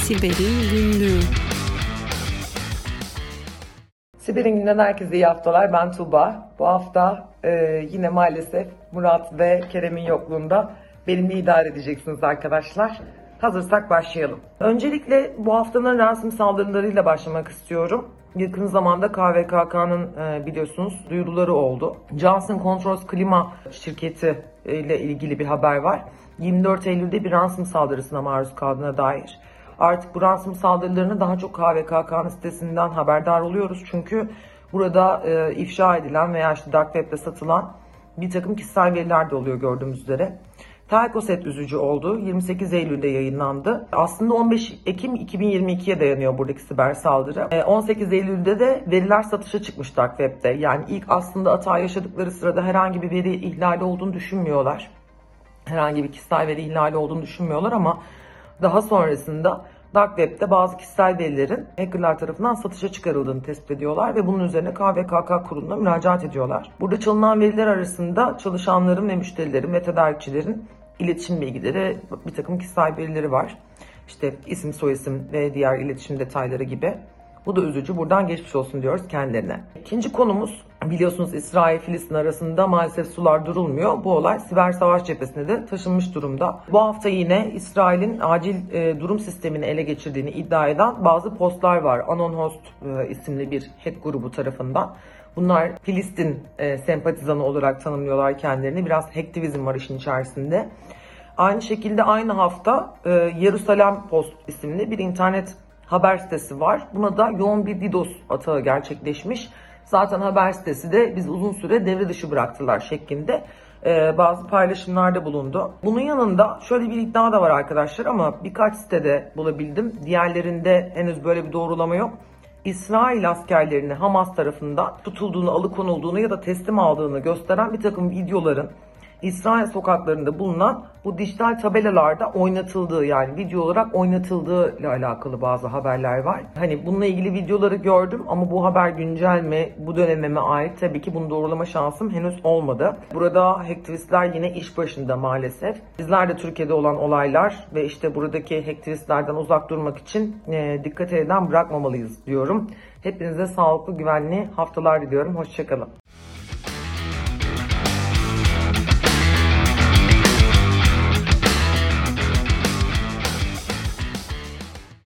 Siber'in Günlüğü. Siber'in Günlüğü'nden herkese iyi haftalar. Ben Tuğba. Bu hafta yine maalesef Murat ve Kerem'in yokluğunda benimle idare edeceksiniz arkadaşlar. Hazırsak başlayalım. Öncelikle bu haftanın ransom saldırılarıyla başlamak istiyorum. Yakın zamanda KVKK'nın biliyorsunuz duyuruları oldu. Johnson Controls Klima şirketi ile ilgili bir haber var. 24 Eylül'de bir ransom saldırısına maruz kaldığına dair. Artık bu ransom saldırılarını daha çok KVKK'nın sitesinden haberdar oluyoruz. Çünkü burada ifşa edilen veya işte Dark Web'de satılan bir takım kişisel veriler de oluyor gördüğümüz üzere. Telkoset üzücü oldu. 28 Eylül'de yayınlandı. Aslında 15 Ekim 2022'ye dayanıyor buradaki siber saldırı. 18 Eylül'de de veriler satışa çıkmış Dark Web'de. Yani ilk aslında hata yaşadıkları sırada herhangi bir veri ihlali olduğunu düşünmüyorlar. Herhangi bir kişisel veri ihlali olduğunu düşünmüyorlar ama daha sonrasında Dark Web'de bazı kişisel verilerin hackerlar tarafından satışa çıkarıldığını tespit ediyorlar ve bunun üzerine KVKK kuruluna müracaat ediyorlar. Burada çalınan veriler arasında çalışanların ve müşterilerin ve tedarikçilerin iletişim bilgileri, bir takım kişisel verileri var. İşte isim, soyisim ve diğer iletişim detayları gibi. Bu da üzücü. Buradan geçmiş olsun diyoruz kendilerine. İkinci konumuz, biliyorsunuz İsrail-Filistin arasında maalesef sular durulmuyor. Bu olay siber savaş cephesine de taşınmış durumda. Bu hafta yine İsrail'in acil durum sistemini ele geçirdiğini iddia eden bazı postlar var. AnonHost isimli bir hack grubu tarafından. Bunlar Filistin sempatizanı olarak tanımlıyorlar kendilerini. Biraz hacktivizm var işin içerisinde. Aynı şekilde aynı hafta Yerusalem Post isimli bir internet haber sitesi var. Buna da yoğun bir DDoS atağı gerçekleşmiş. Zaten haber sitesi de biz uzun süre devre dışı bıraktılar şeklinde bazı paylaşımlarda bulundu. Bunun yanında şöyle bir iddia da var arkadaşlar ama birkaç sitede bulabildim. Diğerlerinde henüz böyle bir doğrulama yok. İsrail askerlerini Hamas tarafından tutulduğunu, alıkonulduğunu ya da teslim aldığını gösteren bir takım videoların İsrail sokaklarında bulunan bu dijital tabelalarda oynatıldığı, yani video olarak oynatıldığı ile alakalı bazı haberler var. Hani bununla ilgili videoları gördüm ama bu haber güncel mi, bu döneme mi ait, tabii ki bunu doğrulama şansım henüz olmadı. Burada hacktivistler yine iş başında maalesef. Bizler de Türkiye'de olan olaylar ve işte buradaki hacktivistlerden uzak durmak için dikkat elden bırakmamalıyız diyorum. Hepinize sağlıklı, güvenli haftalar diliyorum. Hoşçakalın.